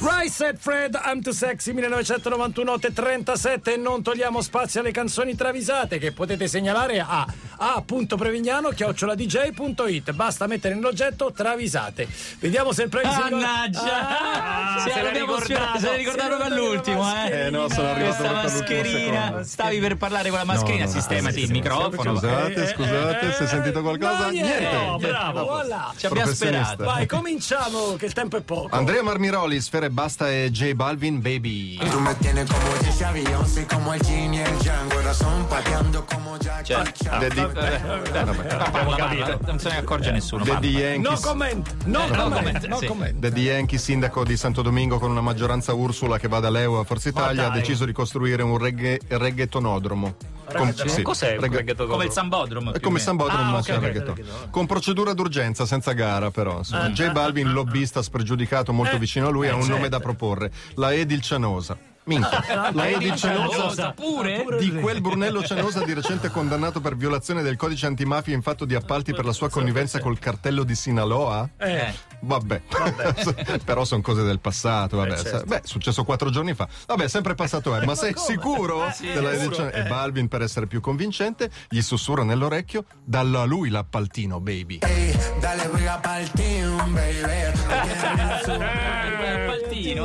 Right Said Fred, I'm Too Sexy, 1991, 8:37, e non togliamo spazio alle canzoni travisate che potete segnalare a a.prevignano@dj.it. Basta mettere nell'oggetto travisate. Vediamo se il Previ Mannaggia! Se l'abbiamo ricordato proprio all'ultimo, no, sono arrivato questa mascherina. Stavi per parlare con la mascherina, sistemati il microfono. Scusate, si è sentito qualcosa? Niente. No, bravo. Voilà. Ci abbiamo sperato. Vai, cominciamo che il tempo è poco. Andrea Marmiroli, Sfera e Basta e J Balvin, Baby. Tu me tienes como Jesse Avión, soy como el Yin y el Yang, corazón pateando como Jack. Abbiamo capito. Non se ne accorge nessuno. Daddy Yankee. No comment. Daddy Yankee, sindaco di Santo Domingo con una maggioranza Ursula che va da Leo a Forza Italia, ha deciso di costruire un reggaetonodromo. Cos'è un reggaetonodromo? Come il Sambodromo. È come il Sambodromo, ma c'è il reggaeton. con procedura d'urgenza, senza gara però. J Balvin, lobbista spregiudicato molto vicino a lui, ha un nome da proporre: la Edil Cianosa. Minchia, la Edil Cianosa pure? Di quel Brunello Cianosa di recente condannato per violazione del codice antimafia in fatto di appalti per la sua connivenza col cartello di Sinaloa. Vabbè. Però sono cose del passato, vabbè. Certo. Beh, è successo 4 giorni fa. Vabbè, sempre passato è. Ma sei sicuro della Edil Cianosa? E Balvin, per essere più convincente, gli sussurra nell'orecchio: dalla lui l'appaltino, baby. Ey, dale briga pa'l team, baby. Appaltino,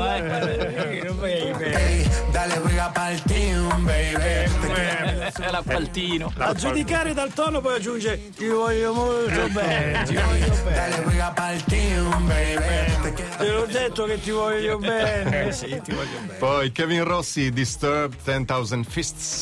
Ey, dale briga pa'l team, baby. È l'appaltino. A giudicare dal tono poi aggiunge: ti voglio molto bene, ti voglio bene. Dale briga pa'l team, baby. Te l'ho detto che ti voglio bene. Sì, ti voglio bene. Poi Kevin Rossi, Disturbed 10,000 Fists.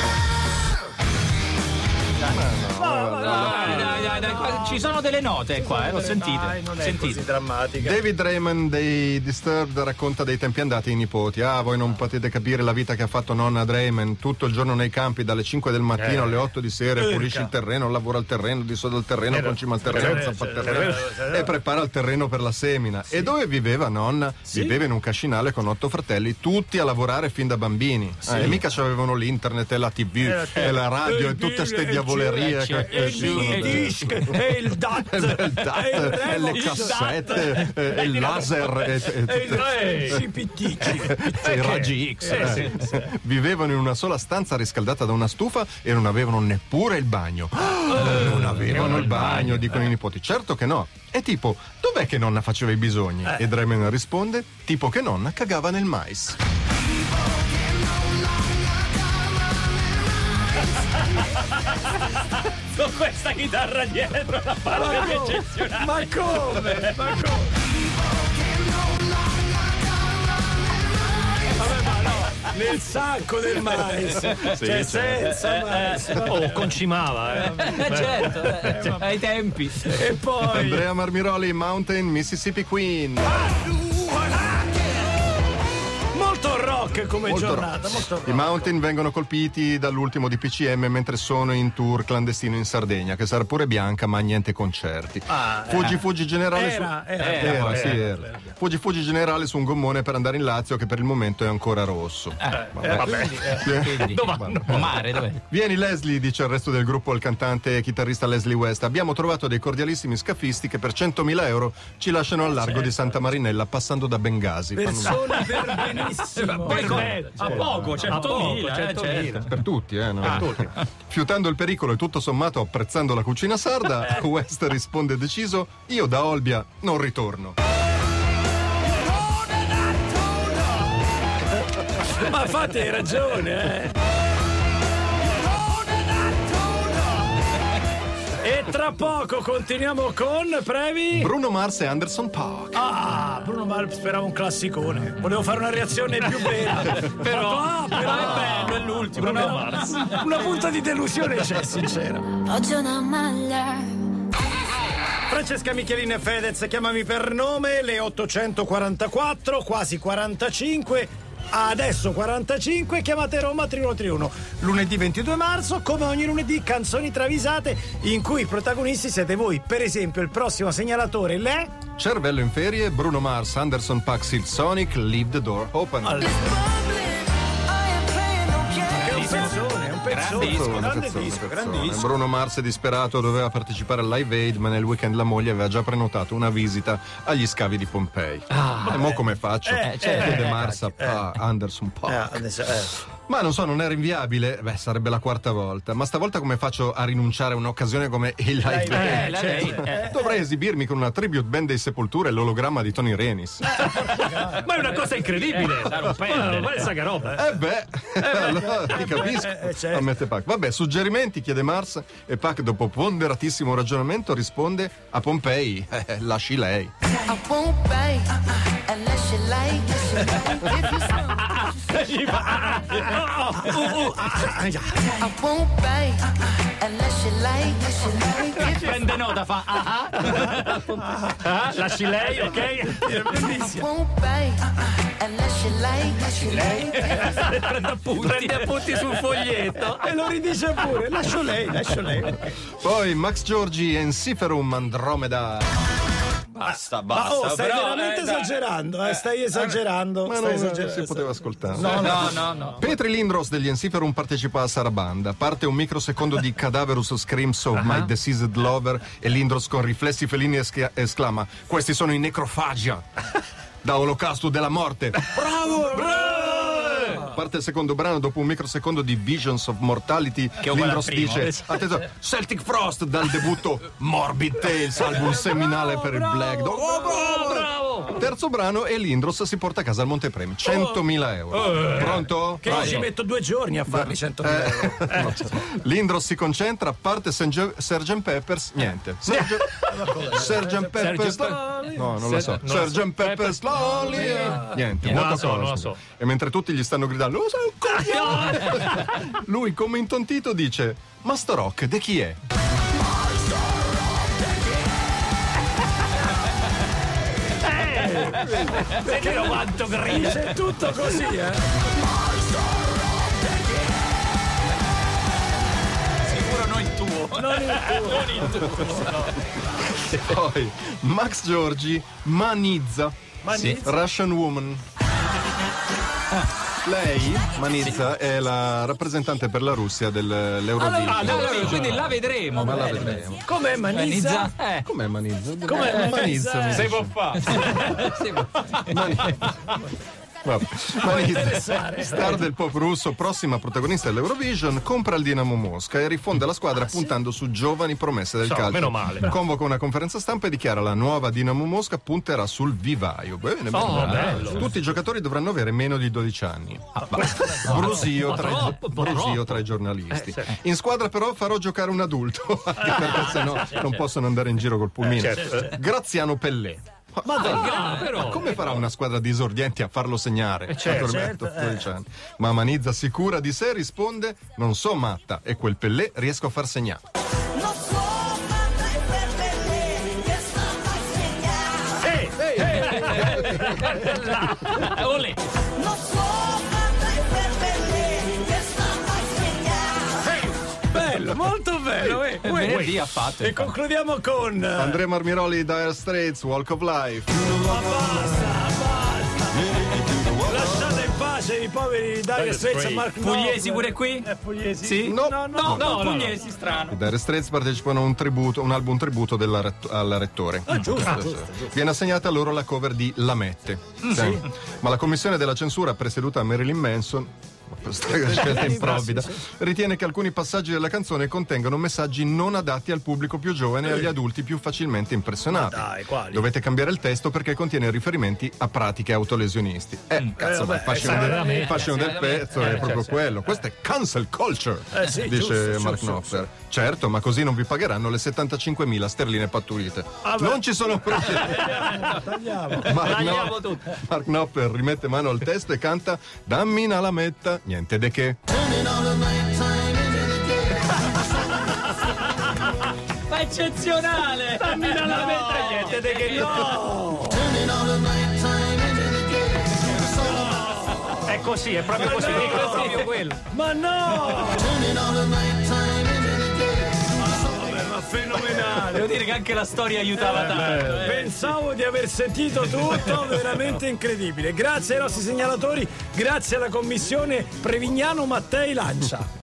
Dai, ci sono delle note qua, l'ho sentite. Dai, non è così drammatica. David Raymond dei Disturbed racconta dei tempi andati ai nipoti. Voi non potete capire la vita che ha fatto nonna Raymond, tutto il giorno nei campi, dalle 5 del mattino alle 8 di sera, pulisce il terreno, lavora al terreno, dissoda il terreno, concima il terreno, zappa il terreno e prepara il terreno per la semina. E dove viveva nonna? Viveva in un cascinale con 8 fratelli, tutti a lavorare fin da bambini. E mica c'avevano l'internet e la TV e la radio e tutte ste diavolerie E il DAT e le cassette e il laser e i raggi X. Vivevano in una sola stanza riscaldata da una stufa e non avevano neppure il bagno. Non avevano il bagno, dicono i nipoti. Certo che no. E tipo, dov'è che nonna faceva i bisogni? E Dremen risponde: tipo che nonna cagava nel mais. Con questa chitarra dietro la parte eccezionale. Ma come? Nel sacco del mais, senza mais. Concimava, certo, ai tempi. E poi Andrea Marmiroli, Mountain, Mississippi Queen. molto rock come Molto giornata, rock. molto rock. I Mountain vengono colpiti dall'ultimo di PCM mentre sono in tour clandestino in Sardegna, che sarà pure bianca ma niente concerti. Fuggi generale Era. Fuggi generale su un gommone per andare in Lazio, che per il momento è ancora rosso. Mare, dov'è? Vieni Leslie, dice il resto del gruppo al cantante e chitarrista Leslie West. Abbiamo trovato dei cordialissimi scafisti che per 100.000 euro ci lasciano al largo di Santa Marinella passando da Bengasi. Persone per benissimo. Poi a poco, 100.000, certo. Per tutti, no? Fiutando il pericolo e tutto sommato apprezzando la cucina sarda, West risponde deciso: io da Olbia non ritorno. Ma fate hai ragione, E tra poco continuiamo con Previ. Bruno Mars e Anderson .Paak. Bruno Mars, speravo un classicone. Volevo fare una reazione più bella. però è bello, è l'ultimo. Bruno Mars. Una punta di delusione c'è, sincera. Francesca Michelin e Fedez, chiamami per nome, le 844, quasi 45. Adesso 45, chiamate Roma 3131. Lunedì 22 marzo, come ogni lunedì, canzoni travisate in cui i protagonisti siete voi. Per esempio, il prossimo segnalatore l'è Cervello in ferie, Bruno Mars, Anderson .Paak, Silk Sonic, Leave the Door Open. Grandissimo. Bruno Mars è disperato, doveva partecipare al Live Aid, ma nel weekend la moglie aveva già prenotato una visita agli scavi di Pompei. E mo come faccio? Chiede Mars a Anderson Park. Ma non so, non è rinviabile? Beh, sarebbe la quarta volta. Ma stavolta come faccio a rinunciare a un'occasione come il Live Aid? Dovrei esibirmi con una tribute band dei Sepoltura e l'ologramma di Tony Renis. Ma è una cosa incredibile. Ma è saga roba. Allora ti capisco. Ammette Pac. Vabbè, suggerimenti, chiede Mars, e Pac, dopo ponderatissimo ragionamento, risponde: a Pompei, lasci lei. A Pompei, lasci lei. A Pompei, lasci lei. Prende nota, fa lasci lei, ok? A Pompei, lasci lei. Prende appunti sul foglietto e lo ridice pure. Lascio lei. Poi Max Giorgi, Ensiferum Andromeda. Basta. Ma stai veramente esagerando, stai esagerando. Ma non si poteva ascoltare. No. Petri Lindros degli Ensiferum partecipa a Sarabanda. Parte un microsecondo di Cadaverous Screams of My Deceased Lover e Lindros con riflessi felini esclama: questi sono i necrofagia da Olocausto della morte. Bravo! Parte il secondo brano dopo un microsecondo di Visions of Mortality. Lindros dice: attenzione, Celtic Frost dal debutto Morbid Tales, album seminale per il Black Dog. Bravo! Terzo brano e Lindros si porta a casa al Montepremi 100.000 euro. Pronto? Che io ci metto 2 giorni a farmi 100.000 euro. Lindros si concentra, parte Sgt. Peppers, niente. Sgt. Peppers, no, non lo so. Sgt. Peppers, niente. Non la so. E mentre tutti gli stanno gridando: "Oh, sei un coglione!" Lui, come intontito, dice: "Ma sto rock de chi è?" Senti quanto grida. C'è tutto così, Sicuro non il tuo. Non il tuo. Poi Max Giorgi, Manizza. Sì. Russian Woman. Lei, Manizza, è la rappresentante per la Russia dell'Eurovision. Quindi la vedremo. Ma la vedremo. Com'è Manizza? Com'è Manizza? Com'è Manizza? Si può fare. Manizza, star del pop russo, prossima protagonista dell'Eurovision, compra il Dinamo Mosca e rifonda la squadra puntando su giovani promesse del calcio. Meno male. Convoca una conferenza stampa e dichiara: la nuova Dinamo Mosca punterà sul vivaio. Bene. Bello. Tutti i giocatori dovranno avere meno di 12 anni. Brusio tra i giornalisti. In squadra però farò giocare un adulto, anche perché sennò non possono andare in giro col pulmino. Graziano Pellè. Ma come farà una squadra di esordienti a farlo segnare? Certo. Ma Manizza, sicura di sé, risponde: non so matta, e quel Pellè riesco a far segnare. Olè. Bello, molto bello. Venerdì ha fatto. E concludiamo con Andrea Marmiroli, Dire Straits, Walk of Life. basta. Lasciate in pace i poveri Dire Straits e Mark Knopfler. Pugliesi pure qui? Pugliesi? Sì? No. Pugliesi, strano. I Dire Straits partecipano a un album tributo al rettore. Giusto. Viene assegnata loro la cover di Lamette. Sì. Ma la commissione della censura, presieduta da Marilyn Manson, scelta improvvida, ritiene che alcuni passaggi della canzone contengano messaggi non adatti al pubblico più giovane e agli adulti più facilmente impressionati. Ma dai, quali? Dovete cambiare il testo perché contiene riferimenti a pratiche autolesionisti. Cazzo, il fascino del pezzo è proprio quello. Questo è cancel culture, Sì, dice giusto, Mark Knopfler. Certo, ma così non vi pagheranno le 75.000 sterline pattuite. Non ci sono problemi. Tagliamo. Tagliamo tutto. Mark Knopfler rimette mano al testo e canta: dammi una lametta, niente de che. Ma eccezionale! Dammi una lametta, niente di che no! È così, è proprio così, è proprio quello. Ma no! Ma fenomenale, Devo dire che anche la storia aiutava tanto. Pensavo di aver sentito tutto, veramente incredibile. Grazie ai nostri segnalatori, grazie alla commissione Prevignano Mattei Lancia.